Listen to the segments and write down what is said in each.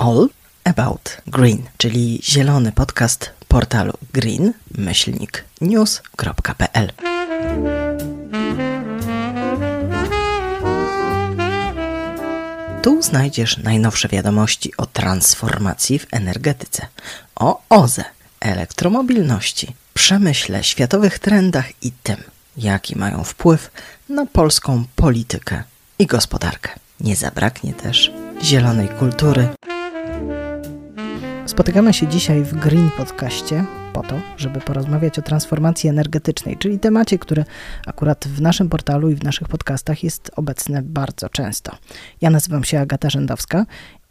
All About Green, czyli zielony podcast portalu green-news.pl. Tu znajdziesz najnowsze wiadomości o transformacji w energetyce, o OZE, elektromobilności, przemyśle, światowych trendach i tym, jaki mają wpływ na polską politykę i gospodarkę. Nie zabraknie też zielonej kultury. Spotykamy się dzisiaj w Green Podcaście po to, żeby porozmawiać o transformacji energetycznej, czyli temacie, który akurat w naszym portalu i w naszych podcastach jest obecny bardzo często. Ja nazywam się Agata Rzędowska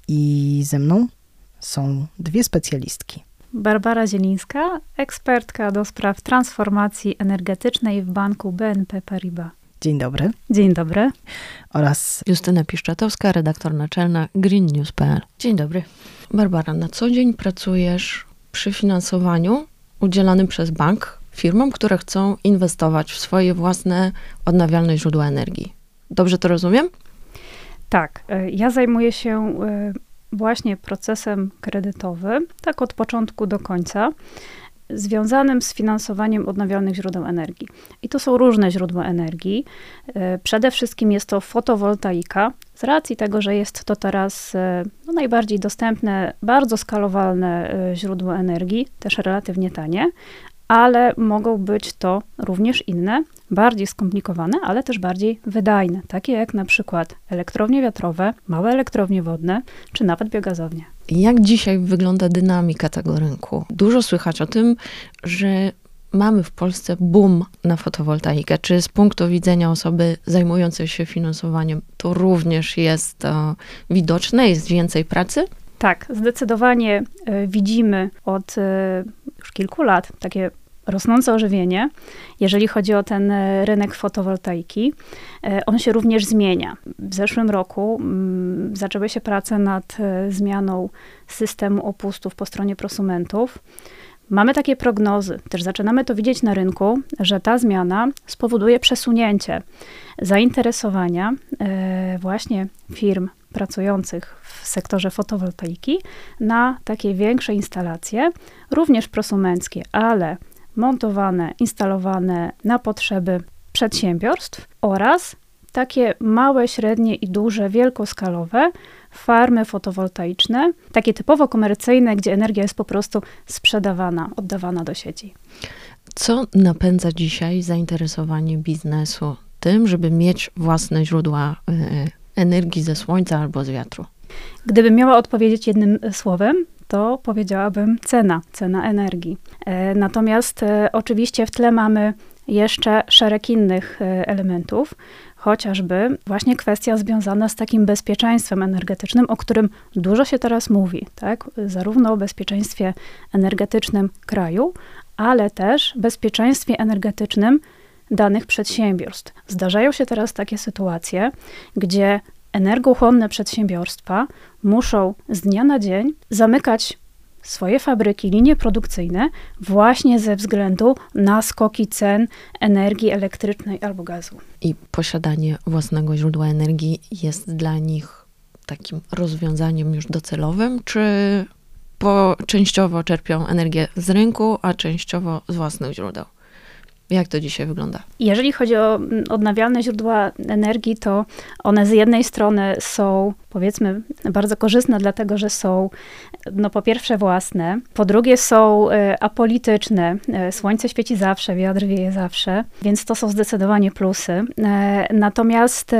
i ze mną są dwie specjalistki. Barbara Zielińska, ekspertka do spraw transformacji energetycznej w banku BNP Paribas. Dzień dobry. Dzień dobry. Oraz Justyna Piszczatowska, redaktor naczelna green-news.pl. Dzień dobry. Barbara, na co dzień pracujesz przy finansowaniu udzielanym przez bank firmom, które chcą inwestować w swoje własne odnawialne źródła energii. Dobrze to rozumiem? Tak. Ja zajmuję się właśnie procesem kredytowym, tak od początku do końca, związanym z finansowaniem odnawialnych źródeł energii. I to są różne źródła energii. Przede wszystkim jest to fotowoltaika, z racji tego, że jest to teraz najbardziej dostępne, bardzo skalowalne źródło energii, też relatywnie tanie, ale mogą być to również inne, bardziej skomplikowane, ale też bardziej wydajne, takie jak na przykład elektrownie wiatrowe, małe elektrownie wodne, czy nawet biogazownie. Jak dzisiaj wygląda dynamika tego rynku? Dużo słychać o tym, że mamy w Polsce boom na fotowoltaikę. Czy z punktu widzenia osoby zajmującej się finansowaniem to również jest widoczne, jest więcej pracy? Tak, zdecydowanie widzimy od już kilku lat takie rosnące ożywienie, jeżeli chodzi o ten rynek fotowoltaiki. On się również zmienia. W zeszłym roku zaczęły się prace nad zmianą systemu opustów po stronie prosumentów. Mamy takie prognozy, też zaczynamy to widzieć na rynku, że ta zmiana spowoduje przesunięcie zainteresowania właśnie firm pracujących w sektorze fotowoltaiki na takie większe instalacje, również prosumenckie, ale montowane, instalowane na potrzeby przedsiębiorstw oraz takie małe, średnie i duże, wielkoskalowe farmy fotowoltaiczne, takie typowo komercyjne, gdzie energia jest po prostu sprzedawana, oddawana do sieci. Co napędza dzisiaj zainteresowanie biznesu tym, żeby mieć własne źródła energii ze słońca albo z wiatru? Gdybym miała odpowiedzieć jednym słowem, to powiedziałabym cena energii. Natomiast oczywiście w tle mamy jeszcze szereg innych elementów, chociażby właśnie kwestia związana z takim bezpieczeństwem energetycznym, o którym dużo się teraz mówi, tak? Zarówno o bezpieczeństwie energetycznym kraju, ale też bezpieczeństwie energetycznym danych przedsiębiorstw. Zdarzają się teraz takie sytuacje, gdzie energochłonne przedsiębiorstwa muszą z dnia na dzień zamykać swoje fabryki, linie produkcyjne właśnie ze względu na skoki cen energii elektrycznej albo gazu. I posiadanie własnego źródła energii jest dla nich takim rozwiązaniem już docelowym, czy częściowo czerpią energię z rynku, a częściowo z własnych źródeł? Jak to dzisiaj wygląda? Jeżeli chodzi o odnawialne źródła energii, to one z jednej strony są, powiedzmy, bardzo korzystne, dlatego że są, po pierwsze własne, po drugie są apolityczne. Słońce świeci zawsze, wiatr wieje zawsze, więc to są zdecydowanie plusy. Natomiast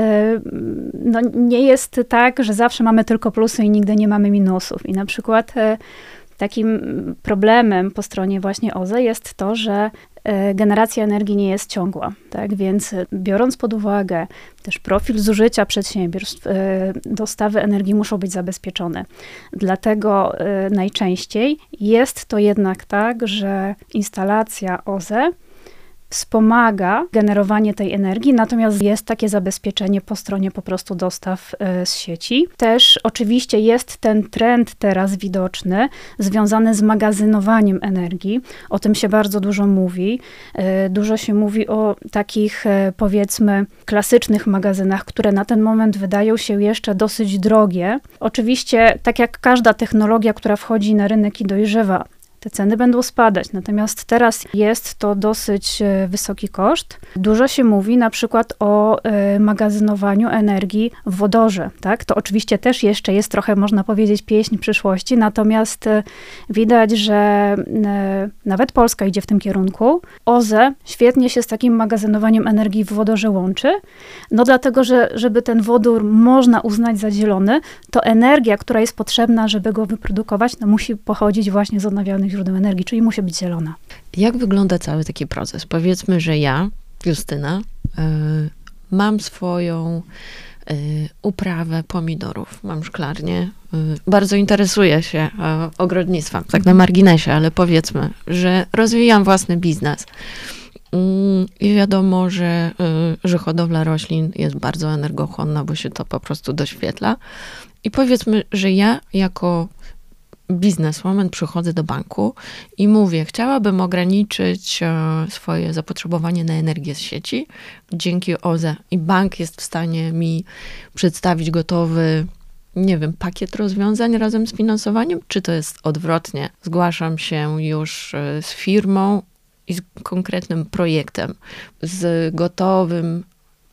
nie jest tak, że zawsze mamy tylko plusy i nigdy nie mamy minusów. I na przykład takim problemem po stronie właśnie OZE jest to, że generacja energii nie jest ciągła, tak? Więc biorąc pod uwagę też profil zużycia przedsiębiorstw, dostawy energii muszą być zabezpieczone. Dlatego najczęściej jest to jednak tak, że instalacja OZE wspomaga generowanie tej energii, natomiast jest takie zabezpieczenie po stronie po prostu dostaw z sieci. Też oczywiście jest ten trend teraz widoczny, związany z magazynowaniem energii. O tym się bardzo dużo mówi. Dużo się mówi o takich, powiedzmy, klasycznych magazynach, które na ten moment wydają się jeszcze dosyć drogie. Oczywiście, tak jak każda technologia, która wchodzi na rynek i dojrzewa, te ceny będą spadać, natomiast teraz jest to dosyć wysoki koszt. Dużo się mówi na przykład o magazynowaniu energii w wodorze, tak? To oczywiście też jeszcze jest trochę, można powiedzieć, pieśń przyszłości, natomiast widać, że nawet Polska idzie w tym kierunku. OZE świetnie się z takim magazynowaniem energii w wodorze łączy, no dlatego, że żeby ten wodór można uznać za zielony, to energia, która jest potrzebna, żeby go wyprodukować, no musi pochodzić właśnie z odnawialnych źródeł energii, czyli musi być zielona. Jak wygląda cały taki proces? Powiedzmy, że ja, Justyna, mam swoją uprawę pomidorów, mam szklarnię, bardzo interesuję się ogrodnictwem, tak na marginesie, ale powiedzmy, że rozwijam własny biznes. I wiadomo, że hodowla roślin jest bardzo energochłonna, bo się to po prostu doświetla. I powiedzmy, że ja jako bizneswoman przychodzę do banku i mówię, chciałabym ograniczyć swoje zapotrzebowanie na energię z sieci dzięki OZE. I bank jest w stanie mi przedstawić gotowy, nie wiem, pakiet rozwiązań razem z finansowaniem, czy to jest odwrotnie? Zgłaszam się już z firmą i z konkretnym projektem, z gotowym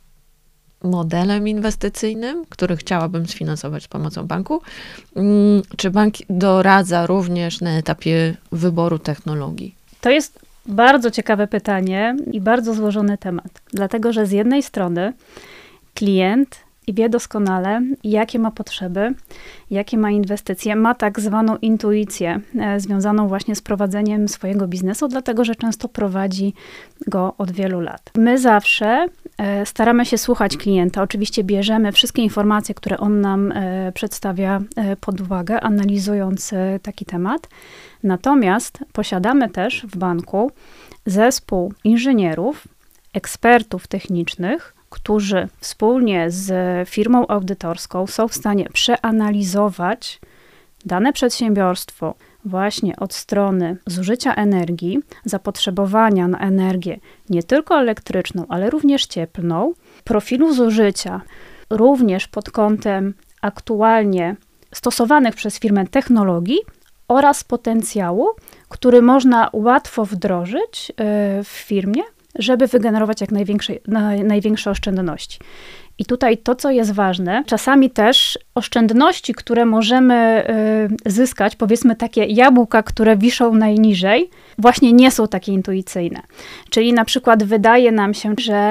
modelem inwestycyjnym, który chciałabym sfinansować z pomocą banku. Czy bank doradza również na etapie wyboru technologii? To jest bardzo ciekawe pytanie i bardzo złożony temat, dlatego że z jednej strony klient wie doskonale, jakie ma potrzeby, jakie ma inwestycje, ma tak zwaną intuicję związaną właśnie z prowadzeniem swojego biznesu, dlatego że często prowadzi go od wielu lat. My zawsze staramy się słuchać klienta. Oczywiście bierzemy wszystkie informacje, które on nam przedstawia pod uwagę, analizując taki temat. Natomiast posiadamy też w banku zespół inżynierów, ekspertów technicznych, którzy wspólnie z firmą audytorską są w stanie przeanalizować dane przedsiębiorstwo właśnie od strony zużycia energii, zapotrzebowania na energię nie tylko elektryczną, ale również cieplną, profilu zużycia, również pod kątem aktualnie stosowanych przez firmę technologii oraz potencjału, który można łatwo wdrożyć w firmie, żeby wygenerować jak największe oszczędności. I tutaj to, co jest ważne, czasami też oszczędności, które możemy zyskać, powiedzmy takie jabłka, które wiszą najniżej, właśnie nie są takie intuicyjne. Czyli na przykład wydaje nam się, że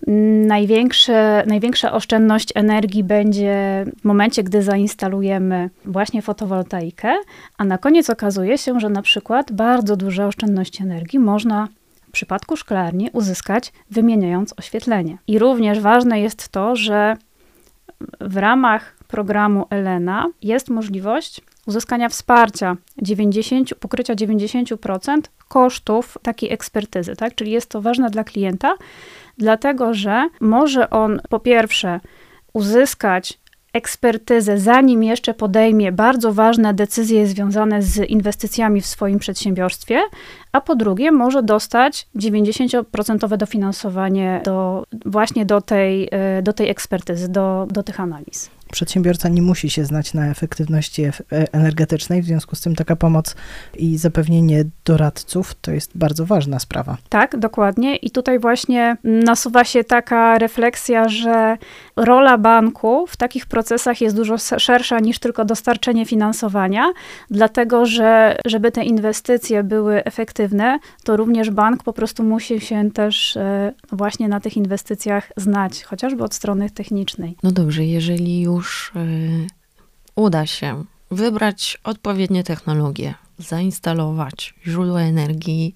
największa oszczędność energii będzie w momencie, gdy zainstalujemy właśnie fotowoltaikę, a na koniec okazuje się, że na przykład bardzo duże oszczędności energii można w przypadku szklarni uzyskać, wymieniając oświetlenie. I również ważne jest to, że w ramach programu ELENA jest możliwość uzyskania wsparcia pokrycia 90% kosztów takiej ekspertyzy, tak? Czyli jest to ważne dla klienta, dlatego że może on po pierwsze uzyskać ekspertyzę, zanim jeszcze podejmie bardzo ważne decyzje związane z inwestycjami w swoim przedsiębiorstwie, a po drugie może dostać 90% dofinansowanie do tej ekspertyzy, do tych analiz. Przedsiębiorca nie musi się znać na efektywności energetycznej, w związku z tym taka pomoc i zapewnienie doradców to jest bardzo ważna sprawa. Tak, dokładnie. I tutaj właśnie nasuwa się taka refleksja, że rola banku w takich procesach jest dużo szersza niż tylko dostarczenie finansowania, dlatego że żeby te inwestycje były efektywne, to również bank po prostu musi się też właśnie na tych inwestycjach znać, chociażby od strony technicznej. No dobrze, jeżeli już uda się wybrać odpowiednie technologie, zainstalować źródła energii,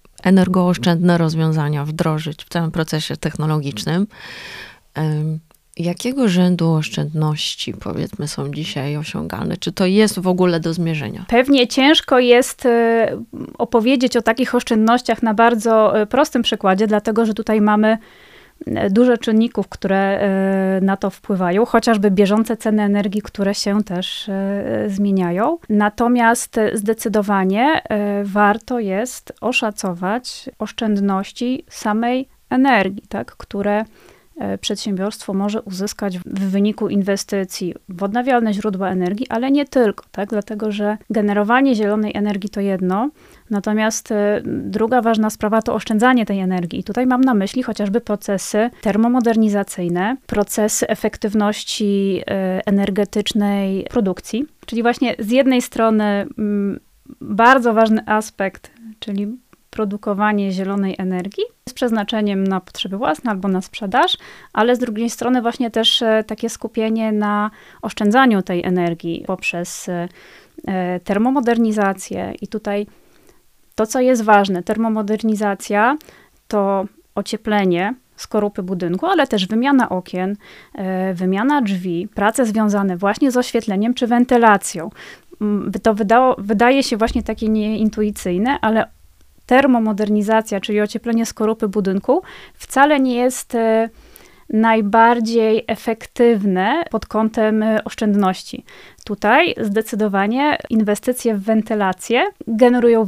energooszczędne rozwiązania wdrożyć w całym procesie technologicznym, Jakiego rzędu oszczędności, powiedzmy, są dzisiaj osiągalne? Czy to jest w ogóle do zmierzenia? Pewnie ciężko jest opowiedzieć o takich oszczędnościach na bardzo prostym przykładzie, dlatego że tutaj mamy dużo czynników, które na to wpływają, chociażby bieżące ceny energii, które się też zmieniają. Natomiast zdecydowanie warto jest oszacować oszczędności samej energii, tak, które przedsiębiorstwo może uzyskać w wyniku inwestycji w odnawialne źródła energii, ale nie tylko, tak? Dlatego że generowanie zielonej energii to jedno, natomiast druga ważna sprawa to oszczędzanie tej energii. I tutaj mam na myśli chociażby procesy termomodernizacyjne, procesy efektywności energetycznej produkcji, czyli właśnie z jednej strony bardzo ważny aspekt, czyli produkowanie zielonej energii z przeznaczeniem na potrzeby własne albo na sprzedaż, ale z drugiej strony właśnie też takie skupienie na oszczędzaniu tej energii poprzez termomodernizację. I tutaj to, co jest ważne, termomodernizacja to ocieplenie skorupy budynku, ale też wymiana okien, wymiana drzwi, prace związane właśnie z oświetleniem czy wentylacją. To wydaje się właśnie takie nieintuicyjne, ale termomodernizacja, czyli ocieplenie skorupy budynku, wcale nie jest najbardziej efektywne pod kątem oszczędności. Tutaj zdecydowanie inwestycje w wentylację generują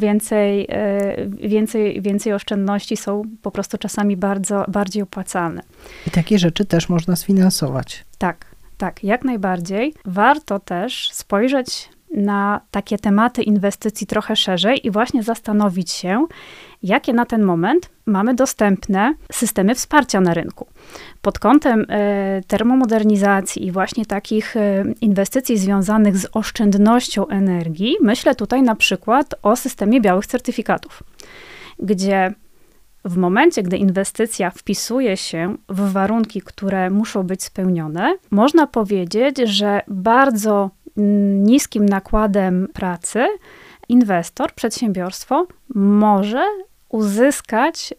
więcej oszczędności, są po prostu czasami bardziej opłacalne. I takie rzeczy też można sfinansować. Tak, jak najbardziej. Warto też spojrzeć na takie tematy inwestycji trochę szerzej i właśnie zastanowić się, jakie na ten moment mamy dostępne systemy wsparcia na rynku. Pod kątem termomodernizacji i właśnie takich inwestycji związanych z oszczędnością energii, myślę tutaj na przykład o systemie białych certyfikatów, gdzie w momencie, gdy inwestycja wpisuje się w warunki, które muszą być spełnione, można powiedzieć, że bardzo niskim nakładem pracy inwestor, przedsiębiorstwo może uzyskać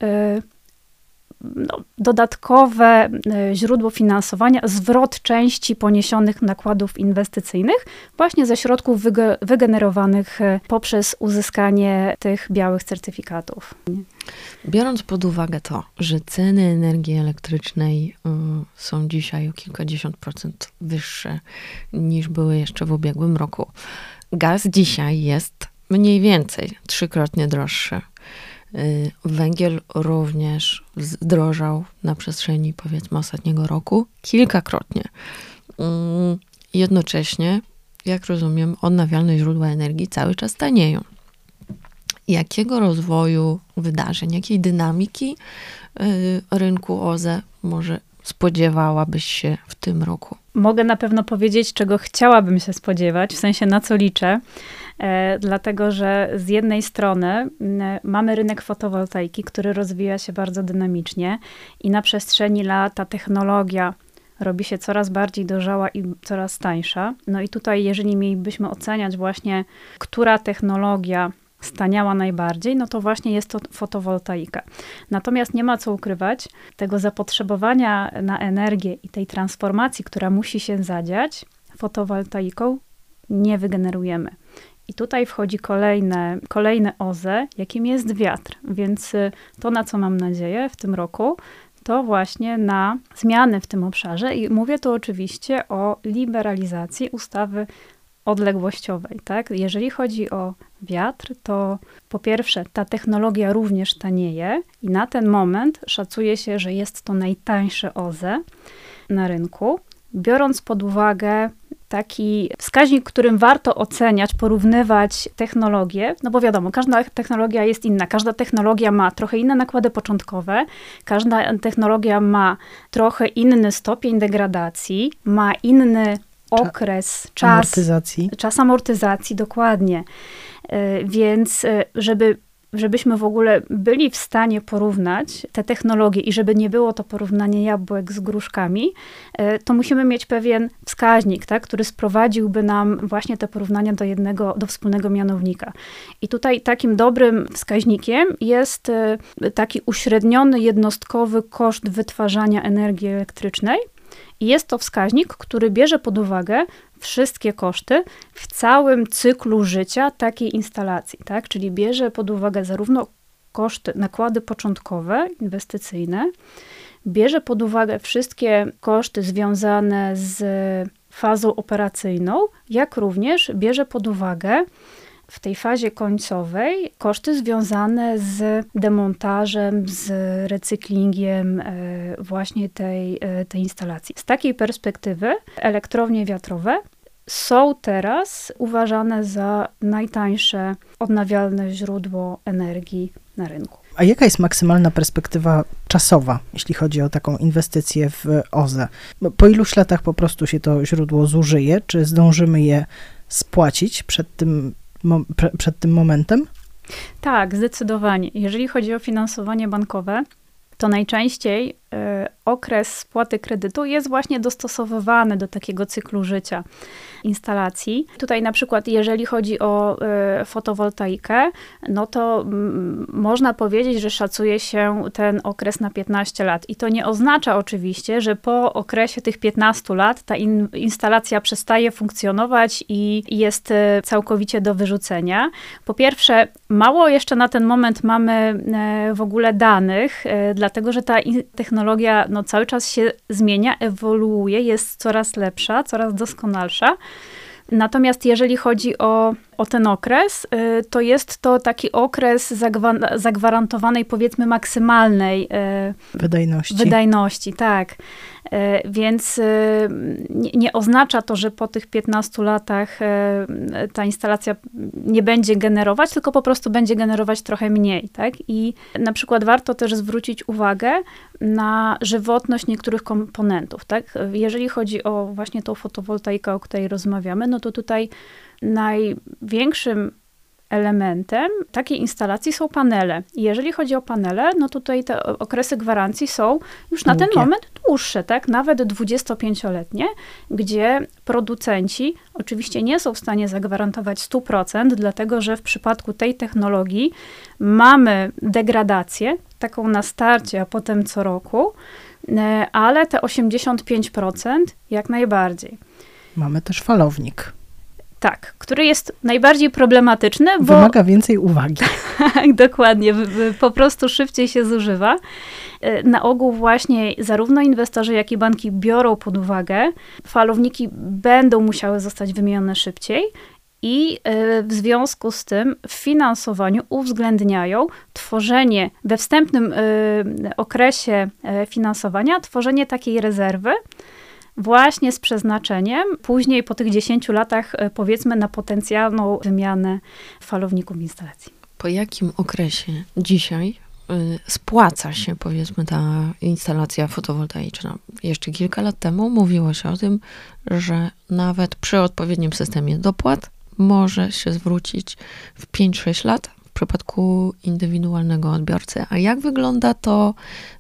dodatkowe źródło finansowania, zwrot części poniesionych nakładów inwestycyjnych właśnie ze środków wygenerowanych poprzez uzyskanie tych białych certyfikatów. Biorąc pod uwagę to, że ceny energii elektrycznej są dzisiaj o kilkadziesiąt procent wyższe niż były jeszcze w ubiegłym roku, gaz dzisiaj jest mniej więcej 3-krotnie droższy. Węgiel również zdrożał na przestrzeni, powiedzmy, ostatniego roku kilkakrotnie. Jednocześnie, jak rozumiem, odnawialne źródła energii cały czas tanieją. Jakiego rozwoju wydarzeń, jakiej dynamiki rynku OZE może spodziewałabyś się w tym roku? Mogę na pewno powiedzieć, czego chciałabym się spodziewać, w sensie na co liczę, dlatego że z jednej strony mamy rynek fotowoltaiki, który rozwija się bardzo dynamicznie i na przestrzeni lat ta technologia robi się coraz bardziej dojrzała i coraz tańsza. No i tutaj, jeżeli mielibyśmy oceniać właśnie, która technologia staniała najbardziej, no to właśnie jest to fotowoltaika. Natomiast nie ma co ukrywać, tego zapotrzebowania na energię i tej transformacji, która musi się zadziać, fotowoltaiką nie wygenerujemy. I tutaj wchodzi kolejne OZE, jakim jest wiatr. Więc to, na co mam nadzieję w tym roku, to właśnie na zmiany w tym obszarze. I mówię tu oczywiście o liberalizacji ustawy odległościowej, tak? Jeżeli chodzi o wiatr, to po pierwsze ta technologia również tanieje i na ten moment szacuje się, że jest to najtańsze OZE na rynku. Biorąc pod uwagę taki wskaźnik, którym warto oceniać, porównywać technologie, no bo wiadomo, każda technologia jest inna, każda technologia ma trochę inne nakłady początkowe, każda technologia ma trochę inny stopień degradacji, ma inny okres, czas amortyzacji, dokładnie. Więc żebyśmy w ogóle byli w stanie porównać te technologie i żeby nie było to porównanie jabłek z gruszkami, to musimy mieć pewien wskaźnik, tak, który sprowadziłby nam właśnie te porównania do wspólnego mianownika. I tutaj takim dobrym wskaźnikiem jest taki uśredniony jednostkowy koszt wytwarzania energii elektrycznej. I jest to wskaźnik, który bierze pod uwagę wszystkie koszty w całym cyklu życia takiej instalacji, tak? Czyli bierze pod uwagę zarówno koszty, nakłady początkowe, inwestycyjne, bierze pod uwagę wszystkie koszty związane z fazą operacyjną, jak również bierze pod uwagę w tej fazie końcowej koszty związane z demontażem, z recyklingiem właśnie tej instalacji. Z takiej perspektywy elektrownie wiatrowe są teraz uważane za najtańsze odnawialne źródło energii na rynku. A jaka jest maksymalna perspektywa czasowa, jeśli chodzi o taką inwestycję w OZE? Po iluś latach po prostu się to źródło zużyje? Czy zdążymy je spłacić przed tym momentem? Tak, zdecydowanie. Jeżeli chodzi o finansowanie bankowe, to najczęściej okres spłaty kredytu jest właśnie dostosowywany do takiego cyklu życia instalacji. Tutaj na przykład, jeżeli chodzi o fotowoltaikę, no to można powiedzieć, że szacuje się ten okres na 15 lat. I to nie oznacza oczywiście, że po okresie tych 15 lat ta instalacja przestaje funkcjonować i jest całkowicie do wyrzucenia. Po pierwsze, mało jeszcze na ten moment mamy w ogóle danych, dlatego że ta technologia cały czas się zmienia, ewoluuje, jest coraz lepsza, coraz doskonalsza. Natomiast jeżeli chodzi o ten okres, to jest to taki okres zagwarantowanej, powiedzmy, maksymalnej wydajności, tak. Więc nie oznacza to, że po tych 15 latach ta instalacja nie będzie generować, tylko po prostu będzie generować trochę mniej, tak? I na przykład warto też zwrócić uwagę na żywotność niektórych komponentów, tak? Jeżeli chodzi o właśnie tą fotowoltaikę, o której rozmawiamy, no to tutaj największym elementem takiej instalacji są panele. I jeżeli chodzi o panele, no tutaj te okresy gwarancji są już na ten moment dłuższe, tak? Nawet 25-letnie, gdzie producenci oczywiście nie są w stanie zagwarantować 100%, dlatego że w przypadku tej technologii mamy degradację, taką na starcie, a potem co roku, ale te 85% jak najbardziej. Mamy też falownik. Tak, który jest najbardziej problematyczny, bo... Wymaga więcej uwagi. Dokładnie, po prostu szybciej się zużywa. Na ogół właśnie zarówno inwestorzy, jak i banki biorą pod uwagę, falowniki będą musiały zostać wymienione szybciej i w związku z tym w finansowaniu uwzględniają tworzenie we wstępnym okresie finansowania, tworzenie takiej rezerwy, właśnie z przeznaczeniem później po tych 10 latach, powiedzmy, na potencjalną wymianę falowników instalacji. Po jakim okresie dzisiaj spłaca się, powiedzmy, ta instalacja fotowoltaiczna? Jeszcze kilka lat temu mówiło się o tym, że nawet przy odpowiednim systemie dopłat może się zwrócić w 5-6 lat w przypadku indywidualnego odbiorcy. A jak wygląda to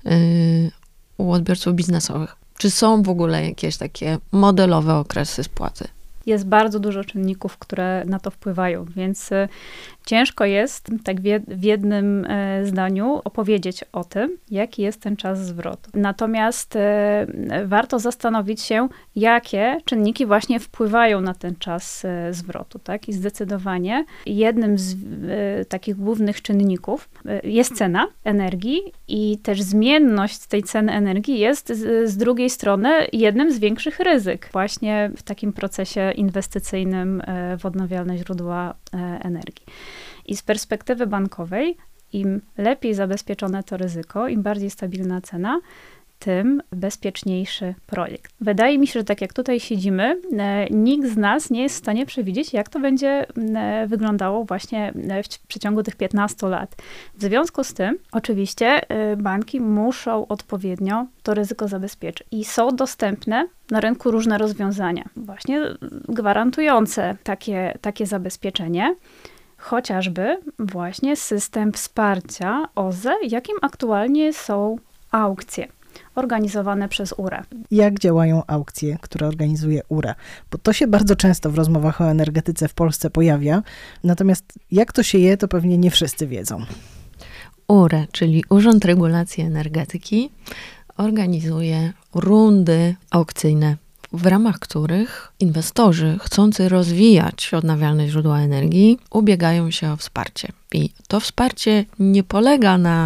u odbiorców biznesowych? Czy są w ogóle jakieś takie modelowe okresy spłaty? Jest bardzo dużo czynników, które na to wpływają, więc ciężko jest tak w jednym zdaniu opowiedzieć o tym, jaki jest ten czas zwrotu. Natomiast warto zastanowić się, jakie czynniki właśnie wpływają na ten czas zwrotu, tak? I zdecydowanie jednym z takich głównych czynników jest cena energii i też zmienność tej ceny energii jest z drugiej strony jednym z większych ryzyk właśnie w takim procesie inwestycyjnym w odnawialne źródła energii. I z perspektywy bankowej, im lepiej zabezpieczone to ryzyko, im bardziej stabilna cena, tym bezpieczniejszy projekt. Wydaje mi się, że tak jak tutaj siedzimy, nikt z nas nie jest w stanie przewidzieć, jak to będzie wyglądało właśnie w przeciągu tych 15 lat. W związku z tym, oczywiście, banki muszą odpowiednio to ryzyko zabezpieczyć. I są dostępne na rynku różne rozwiązania, właśnie gwarantujące takie zabezpieczenie. Chociażby właśnie system wsparcia OZE, jakim aktualnie są aukcje organizowane przez URE. Jak działają aukcje, które organizuje URE? Bo to się bardzo często w rozmowach o energetyce w Polsce pojawia, natomiast jak to się je, to pewnie nie wszyscy wiedzą. URE, czyli Urząd Regulacji Energetyki, organizuje rundy aukcyjne, w ramach których inwestorzy chcący rozwijać odnawialne źródła energii ubiegają się o wsparcie. I to wsparcie nie polega na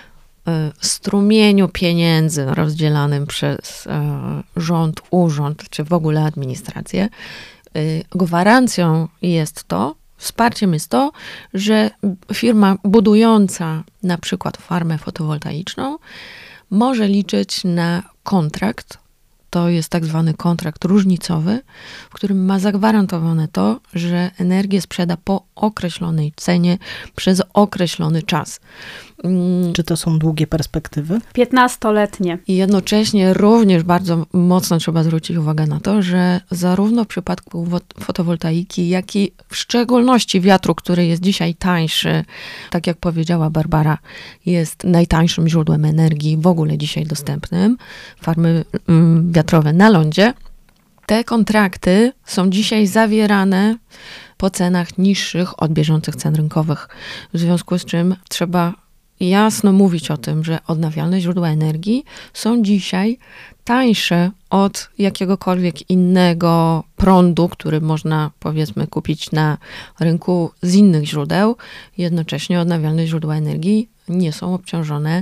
strumieniu pieniędzy rozdzielanym przez rząd, urząd, czy w ogóle administrację. Gwarancją jest to, wsparciem jest to, że firma budująca na przykład farmę fotowoltaiczną może liczyć na kontrakt. To jest tak zwany kontrakt różnicowy, w którym ma zagwarantowane to, że energię sprzeda po określonej cenie przez określony czas. Czy to są długie perspektywy? 15-letnie. I jednocześnie również bardzo mocno trzeba zwrócić uwagę na to, że zarówno w przypadku fotowoltaiki, jak i w szczególności wiatru, który jest dzisiaj tańszy, tak jak powiedziała Barbara, jest najtańszym źródłem energii w ogóle dzisiaj dostępnym, farmy wiatrowe na lądzie, te kontrakty są dzisiaj zawierane po cenach niższych od bieżących cen rynkowych. W związku z czym trzeba jasno mówić o tym, że odnawialne źródła energii są dzisiaj tańsze od jakiegokolwiek innego prądu, który można, powiedzmy, kupić na rynku z innych źródeł. Jednocześnie odnawialne źródła energii nie są obciążone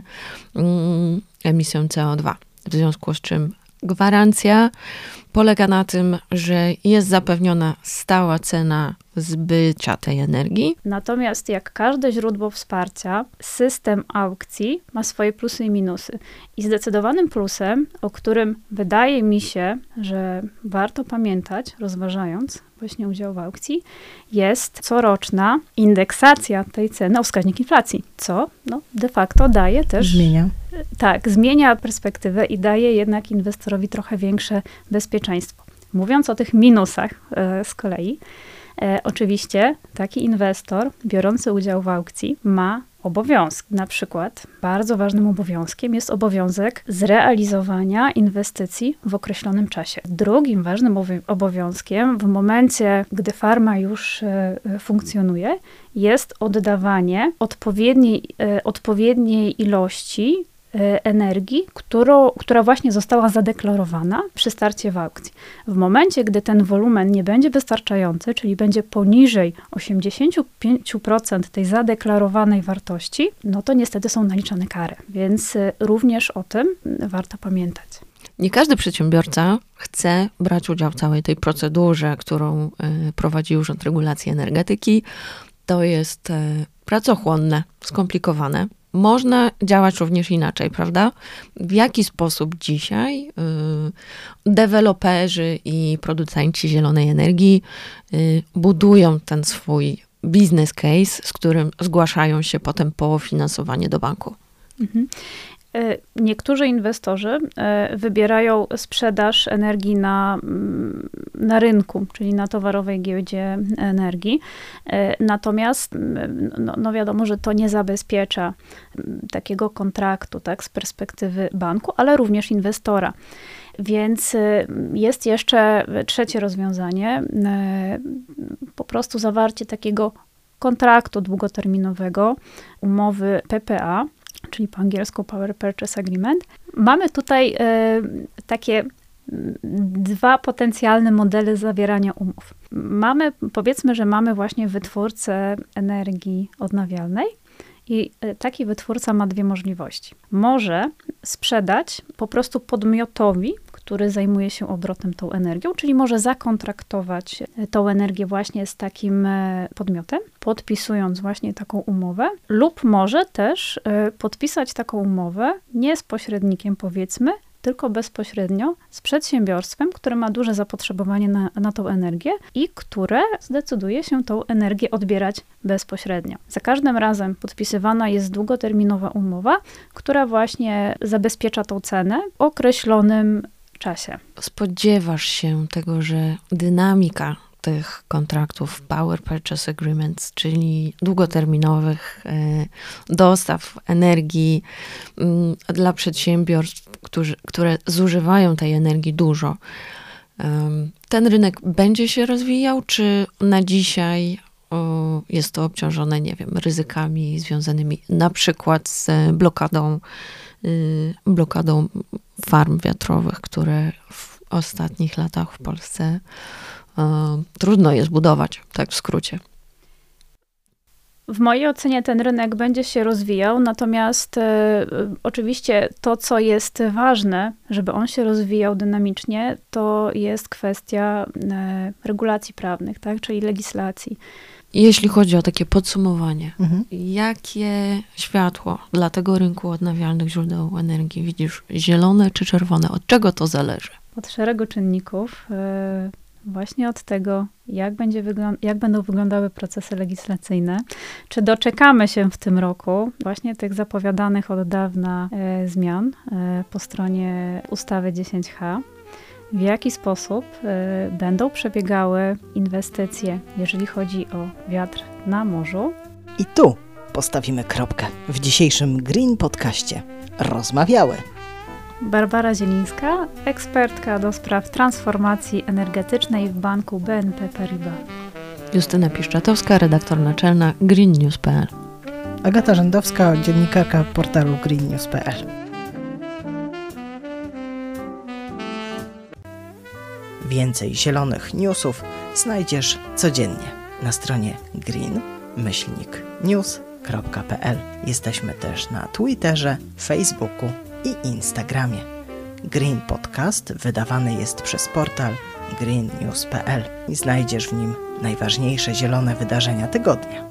emisją CO2. W związku z czym gwarancja polega na tym, że jest zapewniona stała cena zbycia tej energii. Natomiast jak każde źródło wsparcia, system aukcji ma swoje plusy i minusy. I zdecydowanym plusem, o którym wydaje mi się, że warto pamiętać, rozważając właśnie udział w aukcji, jest coroczna indeksacja tej ceny o wskaźnik inflacji, co de facto daje też... Zmienia. Tak, zmienia perspektywę i daje jednak inwestorowi trochę większe bezpieczeństwo. Mówiąc o tych minusach z kolei, oczywiście taki inwestor biorący udział w aukcji ma obowiązki. Na przykład bardzo ważnym obowiązkiem jest obowiązek zrealizowania inwestycji w określonym czasie. Drugim ważnym obowiązkiem w momencie, gdy farma już funkcjonuje, jest oddawanie odpowiedniej ilości energii, która właśnie została zadeklarowana przy starcie w aukcji. W momencie, gdy ten wolumen nie będzie wystarczający, czyli będzie poniżej 85% tej zadeklarowanej wartości, no to niestety są naliczane kary. Więc również o tym warto pamiętać. Nie każdy przedsiębiorca chce brać udział w całej tej procedurze, którą prowadzi Urząd Regulacji Energetyki. To jest pracochłonne, skomplikowane. Można działać również inaczej, prawda? W jaki sposób dzisiaj deweloperzy i producenci zielonej energii budują ten swój business case, z którym zgłaszają się potem po finansowanie do banku? Mhm. Niektórzy inwestorzy wybierają sprzedaż energii na rynku, czyli na towarowej giełdzie energii. Natomiast wiadomo, że to nie zabezpiecza takiego kontraktu, tak, z perspektywy banku, ale również inwestora. Więc jest jeszcze trzecie rozwiązanie, po prostu zawarcie takiego kontraktu długoterminowego, umowy PPA, czyli po angielsku Power Purchase Agreement. Mamy tutaj takie dwa potencjalne modele zawierania umów. Powiedzmy, że mamy właśnie wytwórcę energii odnawialnej i taki wytwórca ma dwie możliwości. Może sprzedać po prostu podmiotowi, który zajmuje się obrotem tą energią, czyli może zakontraktować tą energię właśnie z takim podmiotem, podpisując właśnie taką umowę, lub może też podpisać taką umowę nie z pośrednikiem, powiedzmy, tylko bezpośrednio z przedsiębiorstwem, które ma duże zapotrzebowanie na tą energię i które zdecyduje się tą energię odbierać bezpośrednio. Za każdym razem podpisywana jest długoterminowa umowa, która właśnie zabezpiecza tą cenę w określonym czasie. Spodziewasz się tego, że dynamika tych kontraktów Power Purchase Agreements, czyli długoterminowych dostaw energii dla przedsiębiorstw, które zużywają tej energii dużo. Ten rynek będzie się rozwijał, czy na dzisiaj jest to obciążone, nie wiem, ryzykami związanymi na przykład z blokadą blokadą farm wiatrowych, które w ostatnich latach w Polsce trudno je zbudować, tak w skrócie. W mojej ocenie ten rynek będzie się rozwijał, natomiast oczywiście to, co jest ważne, żeby on się rozwijał dynamicznie, to jest kwestia regulacji prawnych, tak? Czyli legislacji. Jeśli chodzi o takie podsumowanie, jakie światło dla tego rynku odnawialnych źródeł energii widzisz? Zielone czy czerwone? Od czego to zależy? Od szeregu czynników, właśnie od tego, jak będą wyglądały procesy legislacyjne, czy doczekamy się w tym roku właśnie tych zapowiadanych od dawna zmian po stronie ustawy 10H, w jaki sposób będą przebiegały inwestycje, jeżeli chodzi o wiatr na morzu. I tu postawimy kropkę. W dzisiejszym Green Podcaście rozmawiały Barbara Zielińska, ekspertka do spraw transformacji energetycznej w banku BNP Paribas. Justyna Piszczatowska, redaktor naczelna greennews.pl. Agata Rzędowska, dziennikarka portalu greennews.pl. Więcej zielonych newsów znajdziesz codziennie na stronie green-news.pl. Jesteśmy też na Twitterze, Facebooku i Instagramie. Green Podcast wydawany jest przez portal greennews.pl i znajdziesz w nim najważniejsze zielone wydarzenia tygodnia.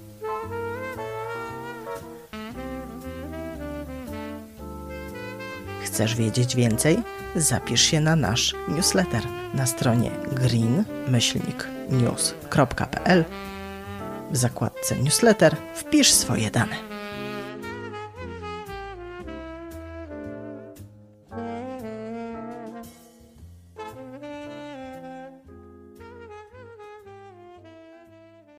Chcesz wiedzieć więcej? Zapisz się na nasz newsletter na stronie green-news.pl. W zakładce newsletter wpisz swoje dane.